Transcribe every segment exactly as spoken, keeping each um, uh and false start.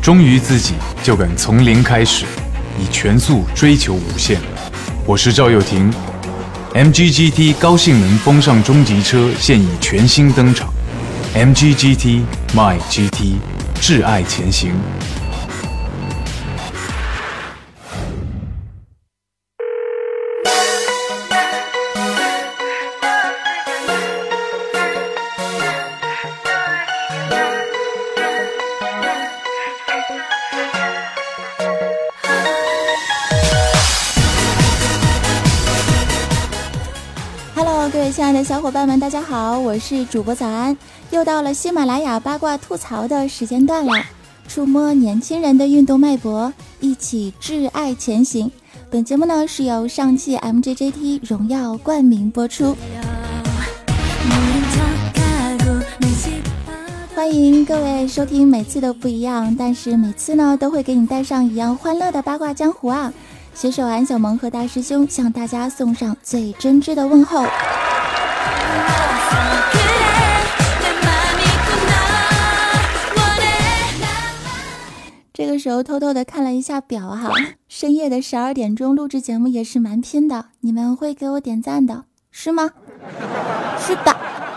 忠于自己，就敢从零开始，以全速追求无限。我是赵又廷 ，M G G T 高性能风尚中级车现已全新登场 ，M G G T My G T， 挚爱前行。 各位亲爱的小伙伴们，大家好，我是主播早安，又到了喜马拉雅八卦吐槽的时间段了，触摸年轻人的运动脉搏，一起挚爱前行。本节目呢是由上汽 M G G T 荣耀冠名播出。欢迎各位收听，每次都不一样，但是每次呢都会给你带上一样欢乐的八卦江湖啊！携手安小萌和大师兄向大家送上最真挚的问候。这个时候偷偷的看了一下表哈，深夜的十二点钟录制节目也是蛮拼的，你们会给我点赞的是吗？是的。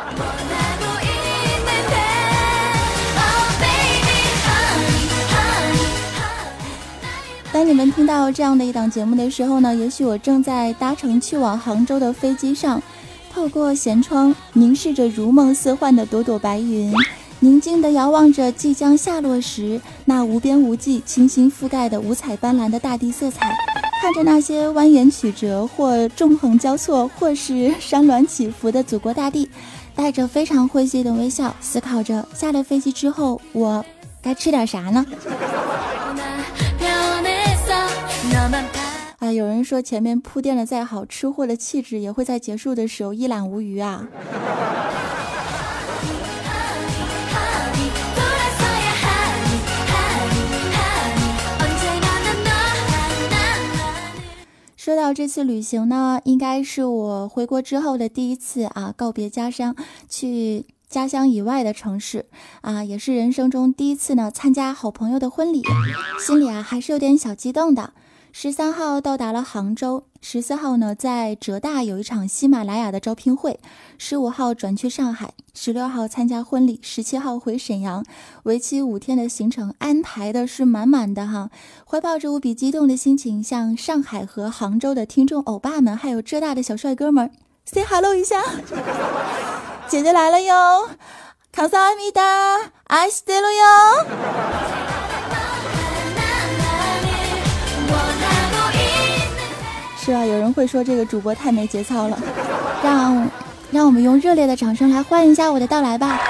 当你们听到这样的一档节目的时候呢，也许我正在搭乘去往杭州的飞机上，透过舷窗凝视着如梦似幻的朵朵白云，宁静地遥望着即将下落时那无边无际清新覆盖的五彩斑斓的大地色彩，看着那些蜿蜒曲折或纵横交错或是山峦起伏的祖国大地，带着非常诙谐的微笑，思考着下了飞机之后我该吃点啥呢？啊，有人说前面铺垫的再好，吃货的气质也会在结束的时候一览无余啊。说到这次旅行呢，应该是我回国之后的第一次啊，告别家乡，去家乡以外的城市啊，也是人生中第一次呢参加好朋友的婚礼，心里啊还是有点小激动的。十三号到达了杭州，十四号呢在浙大有一场喜马拉雅的招聘会，十五号转去上海，十六号参加婚礼，十七号回沈阳，为期五天的行程安排的是满满的哈。怀抱着无比激动的心情，向上海和杭州的听众欧巴们还有浙大的小帅哥们 say hello 一下。姐姐来了哟，康萨阿米达，爱斯德罗哟。是啊，有人会说这个主播太没节操了，让让我们用热烈的掌声来欢迎一下我的到来吧。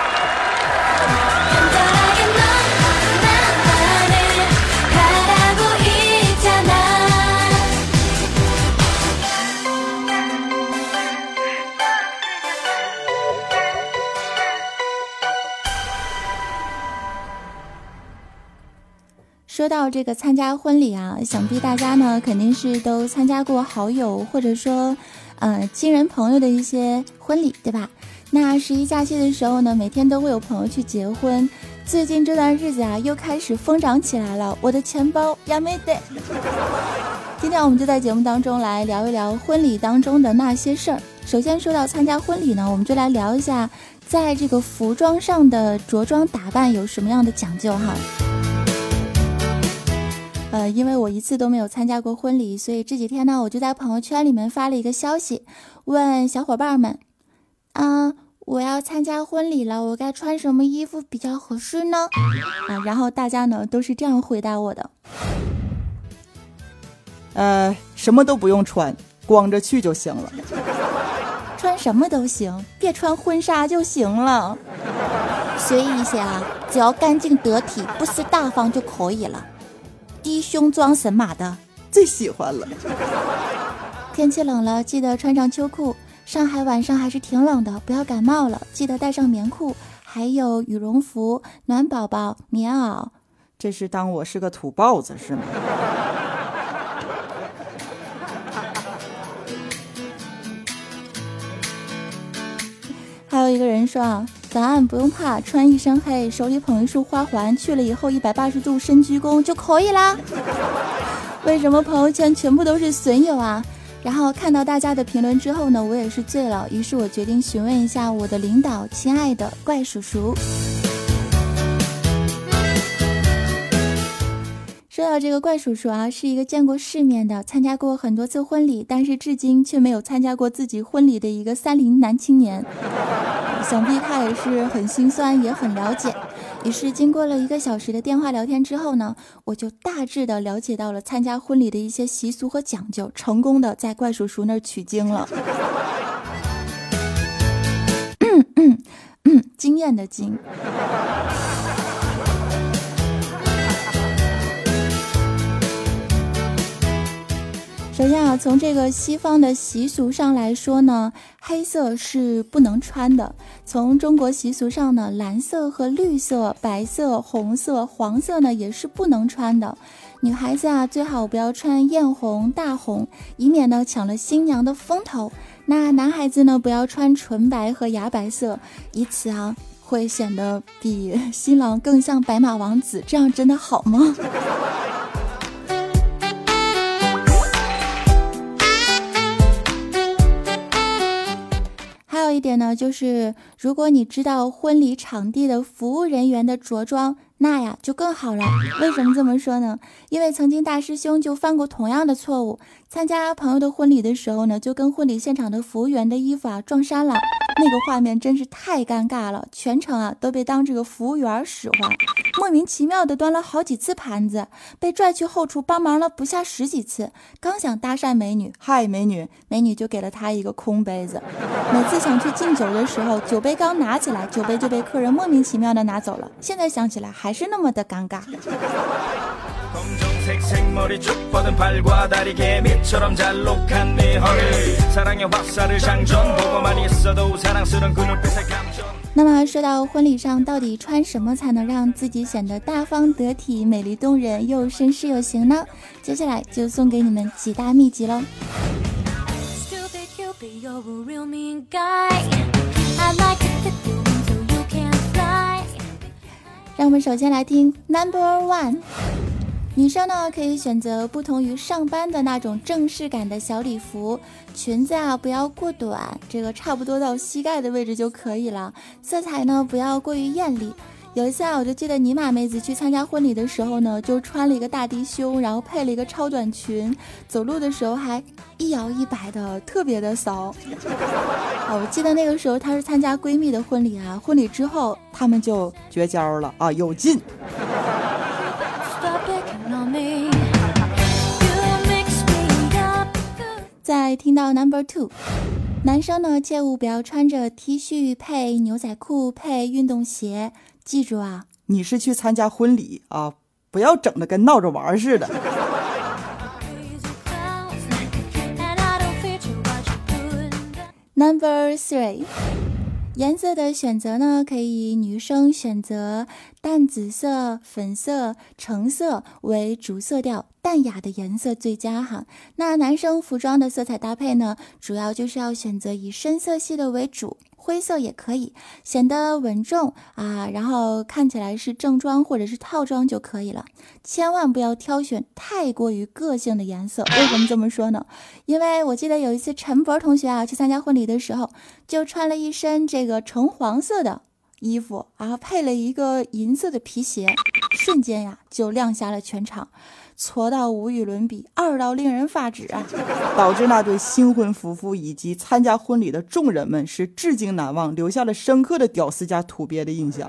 说到这个参加婚礼啊，想必大家呢肯定是都参加过好友或者说呃亲人朋友的一些婚礼，对吧？那十一假期的时候呢，每天都会有朋友去结婚，最近这段日子啊又开始疯涨起来了，我的钱包呀没得。今天我们就在节目当中来聊一聊婚礼当中的那些事儿。首先说到参加婚礼呢，我们就来聊一下在这个服装上的着装打扮有什么样的讲究哈。呃，因为我一次都没有参加过婚礼，所以这几天呢，我就在朋友圈里面发了一个消息，问小伙伴们，啊，我要参加婚礼了，我该穿什么衣服比较合适呢？啊，然后大家呢都是这样回答我的， 呃，什么都不用穿，光着去就行了。 穿什么都行，别穿婚纱就行了。随意一些啊，只要干净得体，不失大方就可以了。低胸装神马的最喜欢了。 天气冷了，记得穿上秋裤。上海晚上还是挺冷的，不要感冒了，记得带上棉裤，还有羽绒服、暖宝宝、棉袄。 这是当我是个土包子是吗？ 还有一个人说啊， 早安，不用怕，穿一身黑，手里捧一束花环，去了以后一百八十度深鞠躬就可以啦。为什么朋友圈全部都是损友啊？然后看到大家的评论之后呢，我也是醉了，于是我决定询问一下我的领导，亲爱的怪叔叔。说到这个怪叔叔啊，是一个见过世面的，参加过很多次婚礼，但是至今却没有参加过自己婚礼的一个三零男青年。想必他也是很心酸，也很了解。于是经过了一个小时的电话聊天之后呢，我就大致的了解到了参加婚礼的一些习俗和讲究，成功的在怪叔叔那儿取经了。嗯嗯嗯，经验的经。首先啊，从这个西方的习俗上来说呢，黑色是不能穿的。从中国习俗上呢，蓝色和绿色、白色、红色、黄色呢也是不能穿的。女孩子啊，最好不要穿艳红、大红，以免呢抢了新娘的风头。那男孩子呢，不要穿纯白和牙白色，以此啊会显得比新郎更像白马王子，这样真的好吗？一点呢，就是如果你知道婚礼场地的服务人员的着装，那呀就更好了。为什么这么说呢？因为曾经大师兄就犯过同样的错误，参加朋友的婚礼的时候呢，就跟婚礼现场的服务员的衣服啊撞衫了，那个画面真是太尴尬了，全程啊都被当这个服务员使唤，莫名其妙的端了好几次盘子，被拽去后厨帮忙了不下十几次，刚想搭讪美女，嗨美女，美女就给了他一个空杯子。每次想去敬酒的时候，酒杯刚拿起来，酒杯就被客人莫名其妙的拿走了，现在想起来还是那么的尴尬。那么说到婚礼上到底穿什么才能让自己显得大方得体、美丽动人又绅士有型呢？接下来就送给你们几大秘籍喽。让我们首先来听 Number One。 女生呢可以选择不同于上班的那种正式感的小礼服，裙子啊不要过短，这个差不多到膝盖的位置就可以了，色彩呢不要过于艳丽。有一次啊，我就记得尼玛妹子去参加婚礼的时候呢，就穿了一个大低胸，然后配了一个超短裙，走路的时候还一摇一摆的，特别的骚。啊，我记得那个时候她是参加闺蜜的婚礼啊，婚礼之后他们就绝交了啊，有劲。 再听到 Number Two。男生呢，切勿不要穿着 T 恤配牛仔裤配运动鞋，记住啊， 你是去参加婚礼啊，不要整的跟闹着玩似的。 Number Three。颜色的选择呢，可以女生选择淡紫色、粉色、橙色为主色调，淡雅的颜色最佳哈。那男生服装的色彩搭配呢，主要就是要选择以深色系的为主，灰色也可以，显得稳重啊，然后看起来是正装或者是套装就可以了。千万不要挑选太过于个性的颜色。为什么这么说呢？因为我记得有一次陈博同学啊去参加婚礼的时候，就穿了一身这个橙黄色的衣服，然后配了一个银色的皮鞋，瞬间呀就亮瞎了全场，挫到无与伦比，二到令人发指啊！ 导致那对新婚夫妇以及参加婚礼的众人们是至今难忘，留下了深刻的屌丝加土鳖的印象。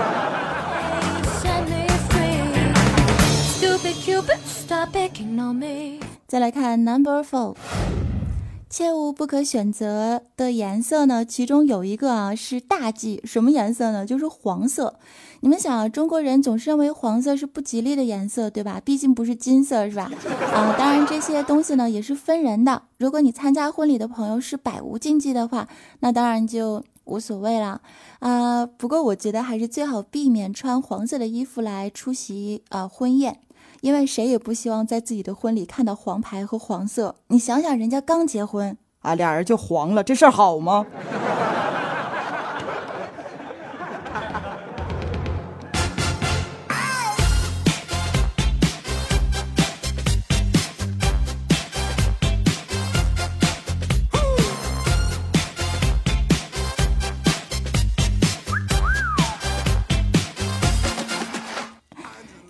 再来看 Number Four。切勿不可选择的颜色呢，其中有一个啊是大忌，什么颜色呢？就是黄色。你们想啊，中国人总是认为黄色是不吉利的颜色，对吧？毕竟不是金色，是吧？啊，当然这些东西呢也是分人的。如果你参加婚礼的朋友是百无禁忌的话，那当然就无所谓了啊。不过我觉得还是最好避免穿黄色的衣服来出席啊婚宴。因为谁也不希望在自己的婚礼看到黄牌和黄色，你想想人家刚结婚啊，俩人就黄了，这事儿好吗？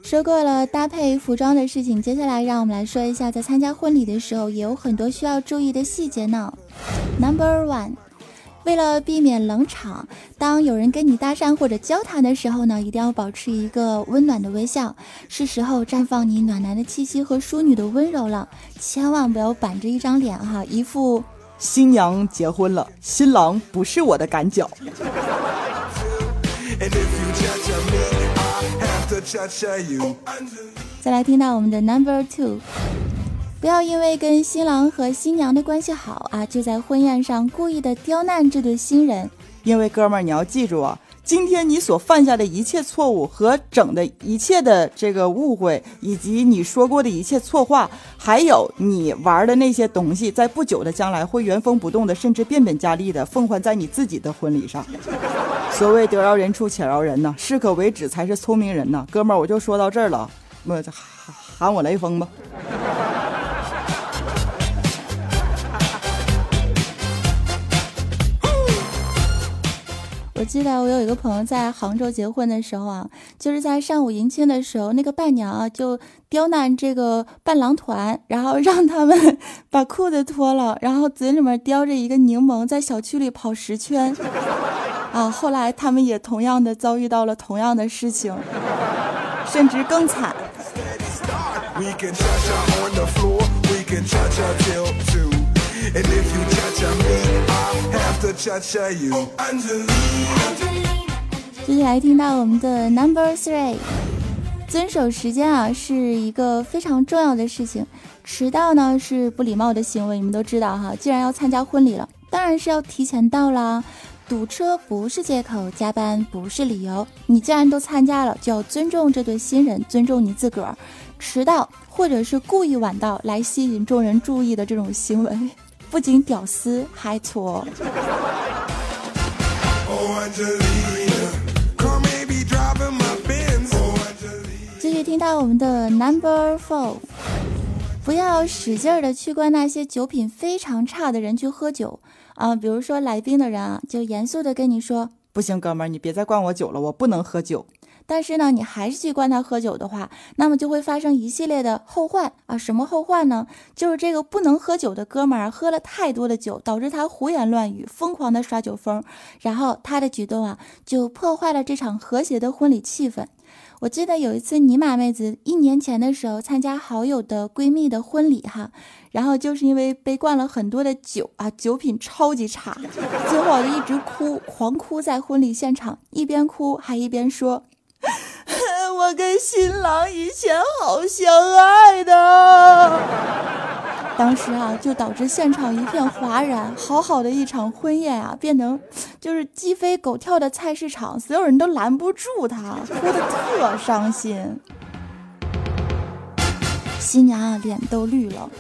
说过了搭配服装的事情，接下来让我们来说一下在参加婚礼的时候也有很多需要注意的细节呢。 Number one， 为了避免冷场，当有人跟你搭讪或者交谈的时候呢，一定要保持一个温暖的微笑，是时候绽放你暖男的气息和淑女的温柔了，千万不要板着一張臉哈，一副新娘结婚了，新郎不是我的赶脚。 再来听到我们的 number two， 不要因为跟新郎和新娘的关系好啊，就在婚宴上故意的刁难这对新人。 因为哥们儿你要记住啊，今天你所犯下的一切错误和整的一切的这个误会，以及你说过的一切错话，还有你玩的那些东西，在不久的将来会原封不动的甚至变本加厉的奉还在你自己的婚礼上。所谓得饶人处且饶人呐，适可为止才是聪明人呐。哥们儿我就说到这儿了，我喊我雷锋吧。 我记得我有一个朋友在杭州结婚的时候啊，就是在上午迎亲的时候，那个伴娘啊就刁难这个伴郎团，然后让他们把裤子脱了，然后嘴里面叼着一个柠檬在小区里跑十圈啊。后来他们也同样的遭遇到了同样的事情，甚至更惨。接下来听到我们的 number three， 遵守时间啊是一个非常重要的事情。迟到呢是不礼貌的行为，你们都知道哈。既然要参加婚礼了，当然是要提前到啦。堵车不是借口，加班不是理由。你既然都参加了，就要尊重这对新人，尊重你自个儿。迟到或者是故意晚到来吸引众人注意的这种行为，不仅屌丝还错。继续听到我们的 number four， 不要使劲的去灌那些酒品非常差的人去喝酒啊，比如说来宾的人啊，就严肃的跟你说， 不行哥们儿，你别再灌我酒了，我不能喝酒。 但是呢，你还是去灌他喝酒的话，那么就会发生一系列的后患啊！什么后患呢？就是这个不能喝酒的哥们儿喝了太多的酒，导致他胡言乱语，疯狂的耍酒疯，然后他的举动啊，就破坏了这场和谐的婚礼气氛。我记得有一次尼玛妹子一年前的时候参加好友的闺蜜的婚礼哈，然后就是因为被灌了很多的酒啊，酒品超级差，结果就一直哭，狂哭在婚礼现场，一边哭还一边说，我跟新郎以前好相爱的。当时啊，就导致现场一片哗然，好好的一场婚宴啊，变成就是鸡飞狗跳的菜市场，所有人都拦不住他，哭得特伤心。新娘啊，脸都绿了。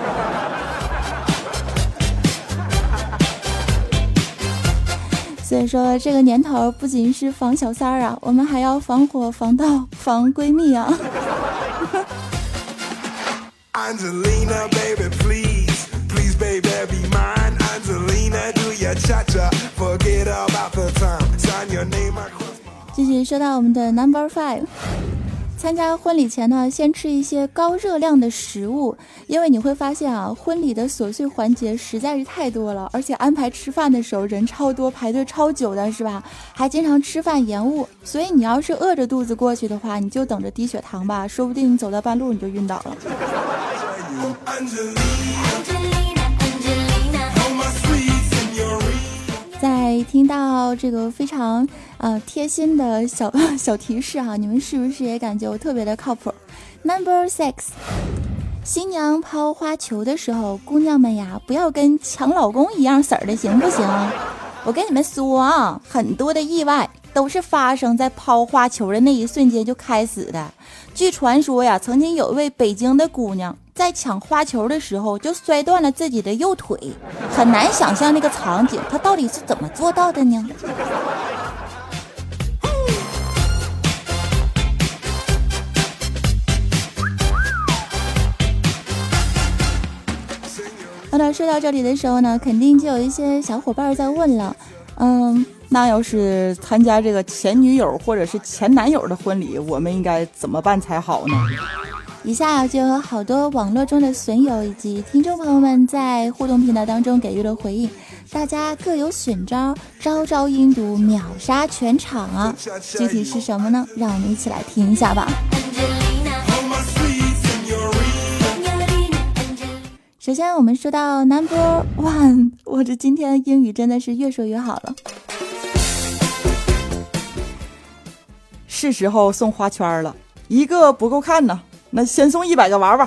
所以说这个年头不仅是防小三儿啊，我们还要防火防盗防闺蜜啊。Angelina, baby, please, please, baby, be mine. Angelina, do your cha-cha, forget about the time. Sign your name across my... 继续说到我们的 number five。参加婚礼前呢，先吃一些高热量的食物，因为你会发现啊，婚礼的琐碎环节实在是太多了，而且安排吃饭的时候人超多，排队超久的是吧？还经常吃饭延误，所以你要是饿着肚子过去的话，你就等着低血糖吧，说不定你走到半路你就晕倒了。在听到这个非常呃贴心的小小提示啊，你们是不是也感觉我特别的靠谱 ？Number six， 新娘抛花球的时候，姑娘们呀，不要跟抢老公一样色儿的，行不行？我跟你们说啊，很多的意外都是发生在抛花球的那一瞬间就开始的。据传说呀，曾经有一位北京的姑娘在抢花球的时候就摔断了自己的右腿，很难想象那个场景，她到底是怎么做到的呢？好的，说到这里的时候呢，肯定就有一些小伙伴在问了，嗯， 那要是参加这个前女友或者是前男友的婚礼，我们应该怎么办才好呢？ 以下就有好多网络中的损友以及听众朋友们在互动频道当中给予了回应，大家各有选招，招招阴毒，秒杀全场啊！具体是什么呢？让我们一起来听一下吧。首先我们说到 number one， 我这今天英语真的是越说越好了。 是时候送花圈了，一个不够看呢，那先送一百个玩玩。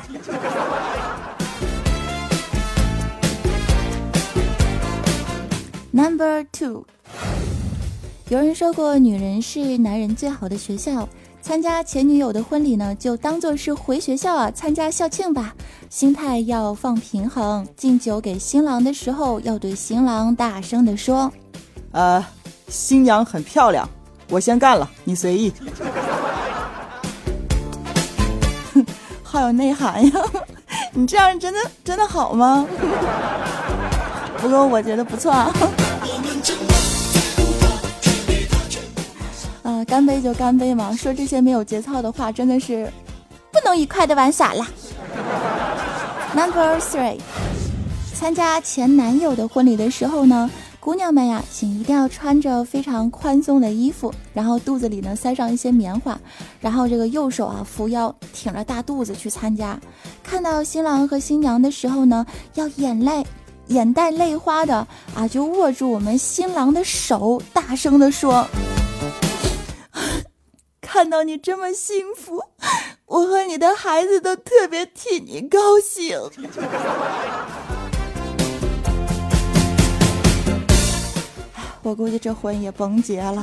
Number two， 有人说过，女人是男人最好的学校。参加前女友的婚礼呢，就当作是回学校啊，参加校庆吧。心态要放平衡，敬酒给新郎的时候，要对新郎大声地说：“ 呃，新娘很漂亮，我先干了，你随意。” 好有内涵呀！你这样真的真的好吗？不过我觉得不错啊。呃，干杯就干杯嘛，说这些没有节操的话，真的是不能愉快的玩耍了。Number three， 参加前男友的婚礼的时候呢，姑娘们呀，请一定要穿着非常宽松的衣服，然后肚子里呢塞上一些棉花，然后这个右手啊扶腰，挺着大肚子去参加。看到新郎和新娘的时候呢，要眼泪眼带泪花的啊，就握住我们新郎的手，大声的说：“看到你这么幸福，我和你的孩子都特别替你高兴。”我估计这婚也甭结了。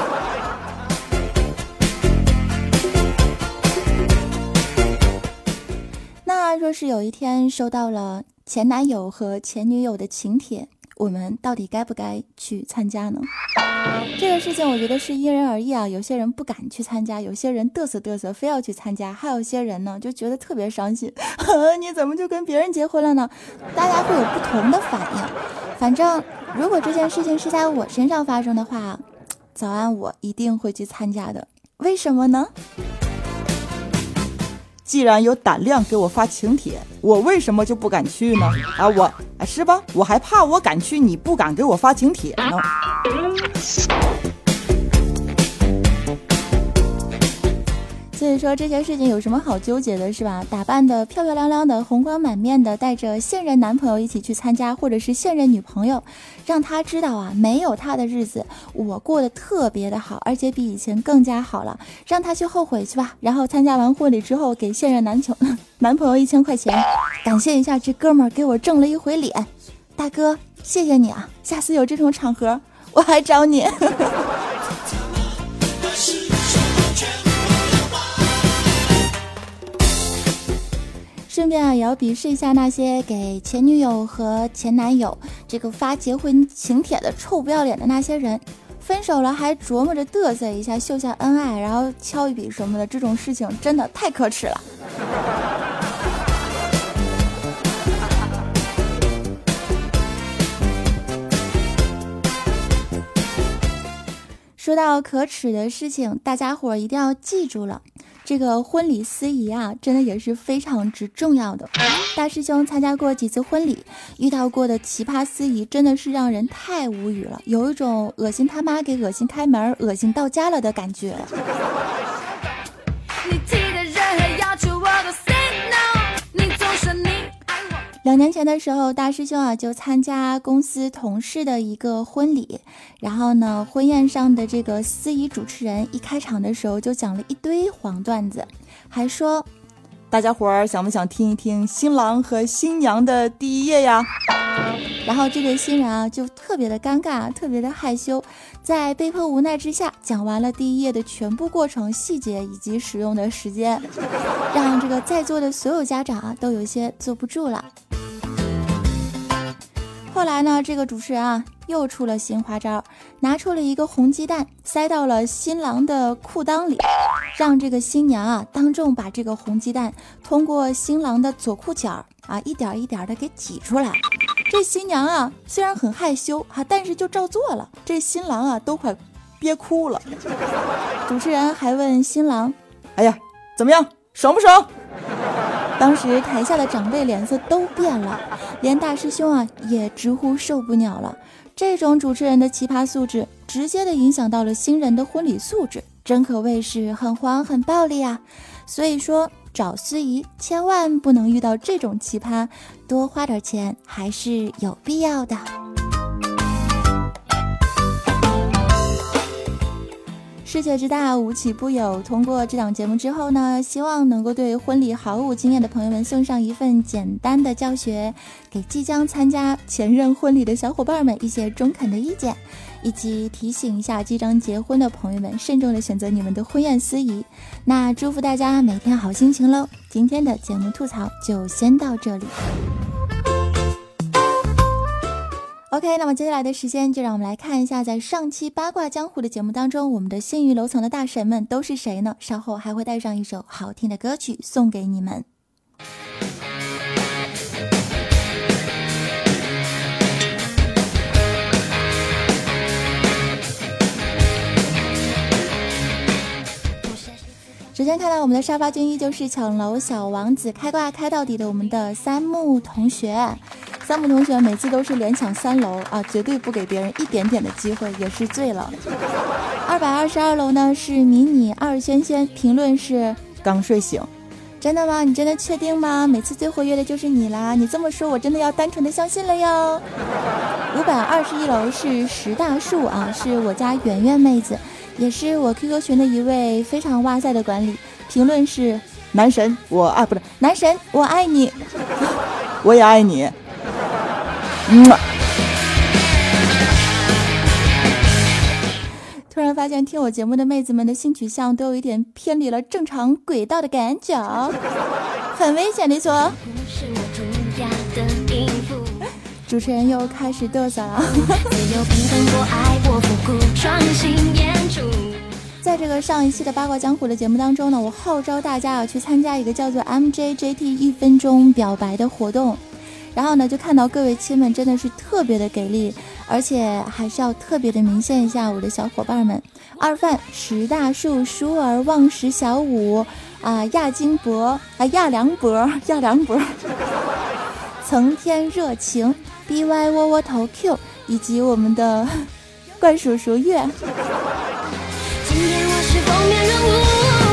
那若是有一天收到了前男友和前女友的请帖，我们到底该不该去参加呢？这个事情我觉得是因人而异啊，有些人不敢去参加，有些人嘚瑟嘚瑟非要去参加，还有些人呢就觉得特别伤心，你怎么就跟别人结婚了呢？大家会有不同的反应。反正如果这件事情是在我身上发生的话，早安，我一定会去参加的。为什么呢？ 既然有胆量给我发请帖，我为什么就不敢去呢？啊，我啊是吧？我还怕我敢去，你不敢给我发请帖呢。 所以说这些事情有什么好纠结的，是吧？打扮的漂漂亮亮的，红光满面的，带着现任男朋友一起去参加，或者是现任女朋友，让他知道啊，没有他的日子我过得特别的好，而且比以前更加好了，让他去后悔去吧。然后参加完婚礼之后，给现任男朋男朋友一千块钱，感谢一下这哥们儿给我挣了一回脸，大哥谢谢你啊，下次有这种场合我还找你。顺便啊，也要鄙视一下那些给前女友和前男友这个发结婚请帖的臭不要脸的那些人，分手了还琢磨着嘚瑟一下，秀下恩爱，然后敲一笔什么的，这种事情真的太可耻了。说到可耻的事情，大家伙一定要记住了，这个婚礼司仪啊，真的也是非常之重要的。大师兄参加过几次婚礼，遇到过的奇葩司仪真的是让人太无语了，有一种恶心他妈给恶心开门，恶心到家了的感觉。你提的任何要求我都 say no， 你总说你爱我。两年前的时候，大师兄啊就参加公司同事的一个婚礼，然后呢，婚宴上的这个司仪主持人一开场的时候就讲了一堆黄段子，还说大家伙儿想不想听一听新郎和新娘的第一页呀？ 然后这对新人啊就特别的尴尬，特别的害羞，在被迫无奈之下讲完了第一页的全部过程细节以及使用的时间，让这个在座的所有家长啊都有些坐不住了。后来呢，这个主持人啊又出了新花招，拿出了一个红鸡蛋塞到了新郎的裤裆里，让这个新娘啊当众把这个红鸡蛋通过新郎的左裤脚啊一点一点的给挤出来， 这新娘啊虽然很害羞啊，但是就照做了，这新郎啊都快憋哭了。主持人还问新郎， 哎呀怎么样，爽不爽？ 当时台下的长辈脸色都变了，连大师兄啊也直呼受不了了。这种主持人的奇葩素质直接的影响到了新人的婚礼素质，真可谓是很黄很暴力啊。所以说找司仪千万不能遇到这种奇葩，多花点钱还是有必要的。世界之大，无奇不有。通过这档节目之后呢，希望能够对婚礼毫无经验的朋友们送上一份简单的教学，给即将参加前任婚礼的小伙伴们一些中肯的意见，以及提醒一下即将结婚的朋友们慎重的选择你们的婚宴司仪。那祝福大家每天好心情喽！今天的节目吐槽就先到这里。OK， 那么接下来的时间就让我们来看一下，在上期八卦江湖的节目当中，我们的信誉楼层的大神们都是谁呢？稍后还会带上一首好听的歌曲送给你们。首先看到我们的沙发君依旧是抢楼小王子，开挂开到底的我们的三木同学。三木同学每次都是连抢三楼啊，绝对不给别人一点点的机会，也是醉了。二百二十二楼呢是迷你二轩轩，评论是刚睡醒。 真的吗？你真的确定吗？每次最活跃的就是你啦，你这么说我真的要单纯的相信了哟。五百二十一楼是石大树啊，是我家圆圆妹子，也是我 Q Q 群的一位非常哇塞的管理，评论是男神我爱不是男神我爱你。 我也爱你。嗯， 突然发现听我节目的妹子们的性取向都有一点偏离了正常轨道的感觉，很危险的说。主持人又开始嘚瑟了。在这个上一期的八卦江湖的节目当中呢，我号召大家啊去参加一个叫做 M J J T 一分钟表白的活动。然后呢，就看到各位亲们真的是特别的给力，而且还是要特别的明线一下我的小伙伴们：二范、石大树、舒儿、望石小五啊、亚金博啊、亚良博、亚良博、层天热情、B Y 窝窝头 Q 以及我们的怪叔叔月。今天我是封面人物。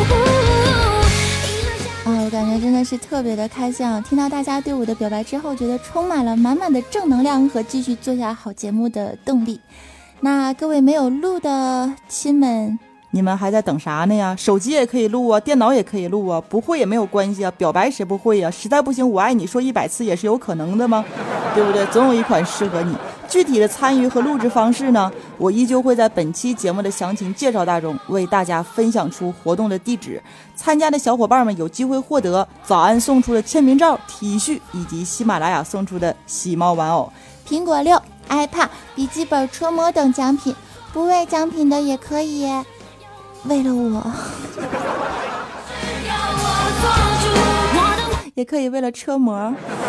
啊，我感觉真的是特别的开心啊！听到大家对我的表白之后，觉得充满了满满的正能量和继续做下好节目的动力。那各位没有录的亲们， 你们还在等啥呢呀？手机也可以录啊，电脑也可以录啊，不会也没有关系啊。表白谁不会呀？实在不行，我爱你说一百次也是有可能的吗？对不对？总有一款适合你。具体的参与和录制方式呢，我依旧会在本期节目的详情介绍当中为大家分享出活动的地址。参加的小伙伴们有机会获得早安送出的签名照、T 恤以及喜马拉雅送出的喜猫玩偶、 苹果六、iPad、笔记本、车模等奖品。不为奖品的也可以为了我也可以为了车模。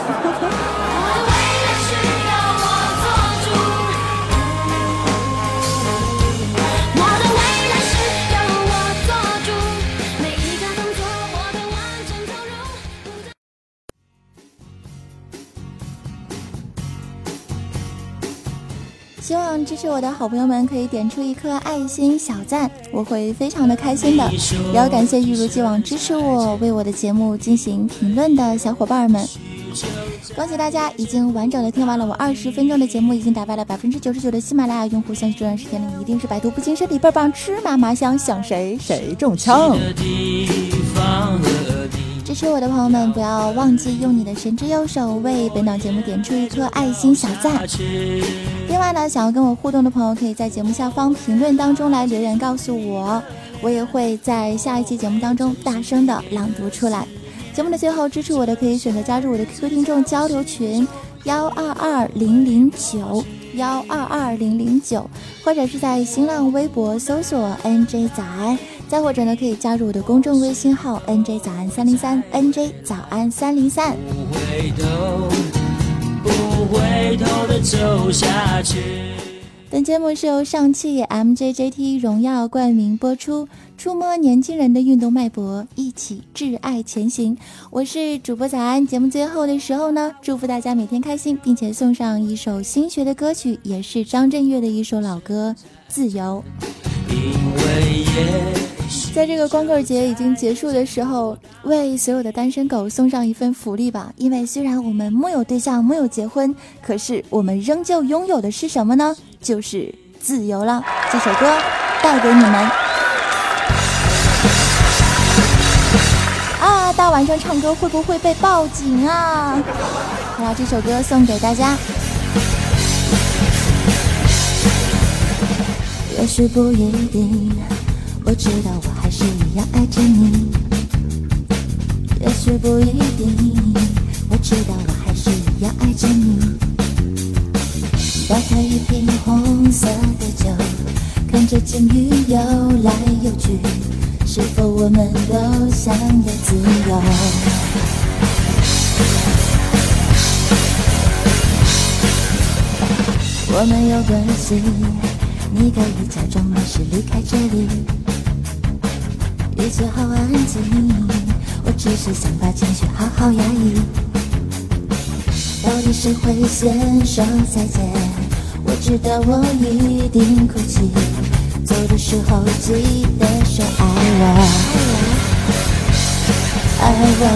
希望支持我的好朋友们可以点出一颗爱心小赞，我会非常的开心的。也要感谢一如既往支持我、为我的节目进行评论的小伙伴们。恭喜大家已经完整的听完了我二十分钟的节目，已经打败了百分之九十九的喜马拉雅用户。相信这段时间里一定是百毒不侵，身体倍儿棒，吃嘛嘛香，想谁谁中枪。支持我的朋友们不要忘记用你的神之右手为本档节目点出一颗爱心小赞。另外呢，想要跟我互动的朋友可以在节目下方评论当中来留言告诉我，我也会在下一期节目当中大声的朗读出来。节目的最后，支持我的可以选择加入我的 Q Q 听众交流群幺二二零零九幺二二零零九，或者是在新浪微博搜索 N J 早安，再或者呢可以加入我的公众微信号 N J 早安三零三 N J 早安三零三。不回头的走下去。 本节目是由上汽 M J G T 荣耀冠名播出，触摸年轻人的运动脉搏，一起挚爱前行。我是主播早安。节目最后的时候呢，祝福大家每天开心，并且送上一首新学的歌曲，也是张震岳的一首老歌《自由》。 因为也在这个光棍节已经结束的时候，为所有的单身狗送上一份福利吧。因为虽然我们没有对象，没有结婚，可是我们仍旧拥有的是什么呢？就是自由了。这首歌带给你们。啊，大晚上唱歌会不会被报警啊？好啦，这首歌送给大家。 也许不一定，我知道我还是一样爱着你。也许不一定，我知道我还是一样爱着你。打开一瓶红色的酒，看着鲸鱼游来游去，是否我们都想要自由？我们有关系，你可以假装没事离开这里，一切好安静，我只是想把情绪好好压抑。到底谁会先说再见？我知道我一定哭泣，走的时候记得说爱我，爱我，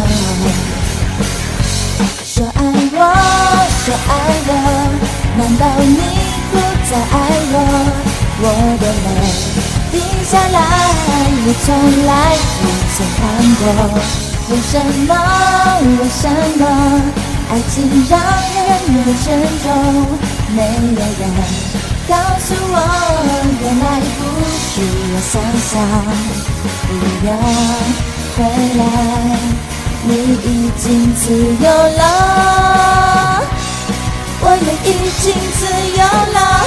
说爱我，说爱我，难道你不再爱我？我的泪停下来，我从来不曾看过。为什么？为什么？爱情让人如此沉重，没有人告诉我，原来不是我想象。不要回来，你已经自由了，我也已经自由了。